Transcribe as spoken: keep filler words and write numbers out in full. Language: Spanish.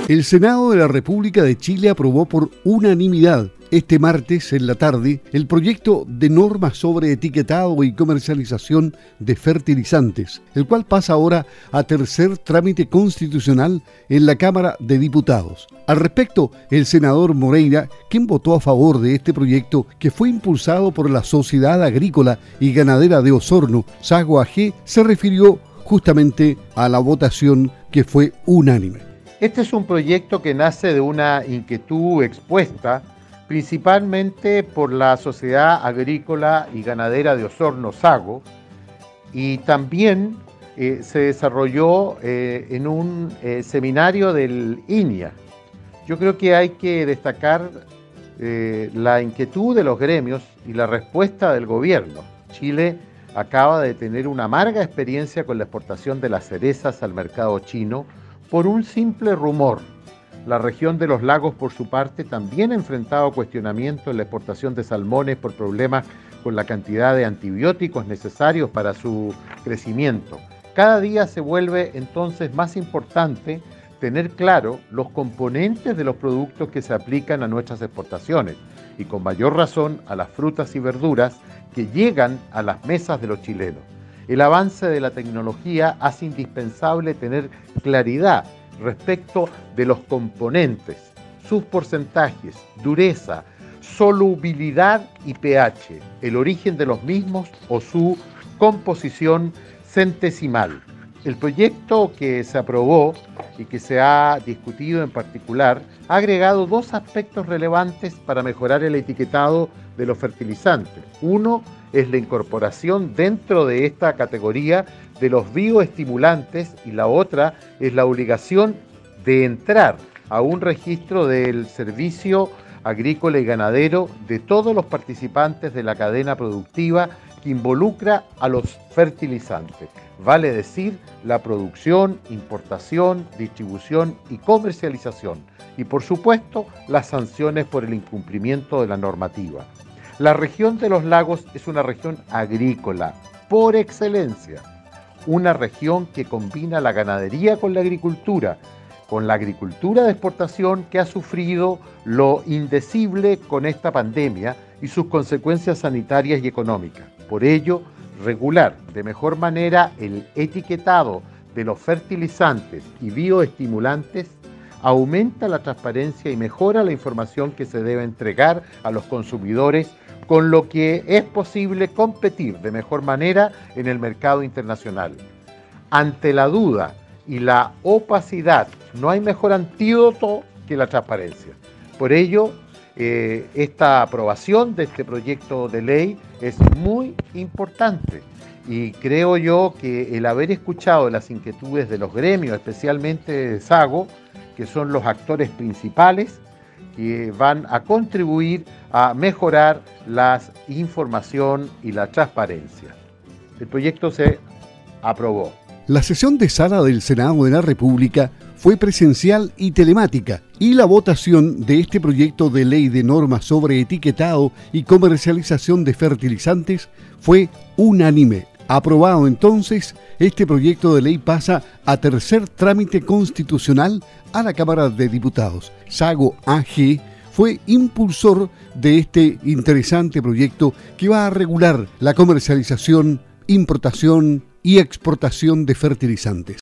El Senado de la República de Chile aprobó por unanimidad este martes en la tarde el proyecto de norma sobre etiquetado y comercialización de fertilizantes, el cual pasa ahora a tercer trámite constitucional en la Cámara de Diputados. Al respecto, el senador Moreira, quien votó a favor de este proyecto que fue impulsado por la Sociedad Agrícola y Ganadera de Osorno, SAGO A G, se refirió justamente a la votación que fue unánime. Este es un proyecto que nace de una inquietud expuesta principalmente por la Sociedad Agrícola y Ganadera de Osorno, SAGO, y también eh, se desarrolló eh, en un eh, seminario del I N I A. Yo creo que hay que destacar eh, la inquietud de los gremios y la respuesta del gobierno. Chile acaba de tener una amarga experiencia con la exportación de las cerezas al mercado chino por un simple rumor. La región de los lagos, por su parte, también ha enfrentado cuestionamientos en la exportación de salmones por problemas con la cantidad de antibióticos necesarios para su crecimiento. Cada día se vuelve entonces más importante tener claro los componentes de los productos que se aplican a nuestras exportaciones y con mayor razón a las frutas y verduras que llegan a las mesas de los chilenos. El avance de la tecnología hace indispensable tener claridad respecto de los componentes, sus porcentajes, dureza, solubilidad y pH, el origen de los mismos o su composición centesimal. El proyecto que se aprobó y que se ha discutido en particular ha agregado dos aspectos relevantes para mejorar el etiquetado de los fertilizantes. Uno es la incorporación dentro de esta categoría de los bioestimulantes y la otra es la obligación de entrar a un registro del servicio agrícola y ganadero de todos los participantes de la cadena productiva que involucra a los fertilizantes. Vale decir, la producción, importación, distribución y comercialización. Y por supuesto, las sanciones por el incumplimiento de la normativa. La región de los lagos es una región agrícola por excelencia. Una región que combina la ganadería con la agricultura, con la agricultura de exportación que ha sufrido lo indecible con esta pandemia y sus consecuencias sanitarias y económicas. Por ello, regular de mejor manera el etiquetado de los fertilizantes y bioestimulantes aumenta la transparencia y mejora la información que se debe entregar a los consumidores, con lo que es posible competir de mejor manera en el mercado internacional. Ante la duda y la opacidad, no hay mejor antídoto que la transparencia. Por ello, eh, esta aprobación de este proyecto de ley es muy importante y creo yo que el haber escuchado las inquietudes de los gremios, especialmente de SAGO, que son los actores principales, que van a contribuir a mejorar la información y la transparencia. El proyecto se aprobó. La sesión de sala del Senado de la República fue presencial y telemática, y la votación de este proyecto de ley de normas sobre etiquetado y comercialización de fertilizantes fue unánime. Aprobado entonces, este proyecto de ley pasa a tercer trámite constitucional a la Cámara de Diputados. SAGO A G fue impulsor de este interesante proyecto que va a regular la comercialización, importación y exportación de fertilizantes.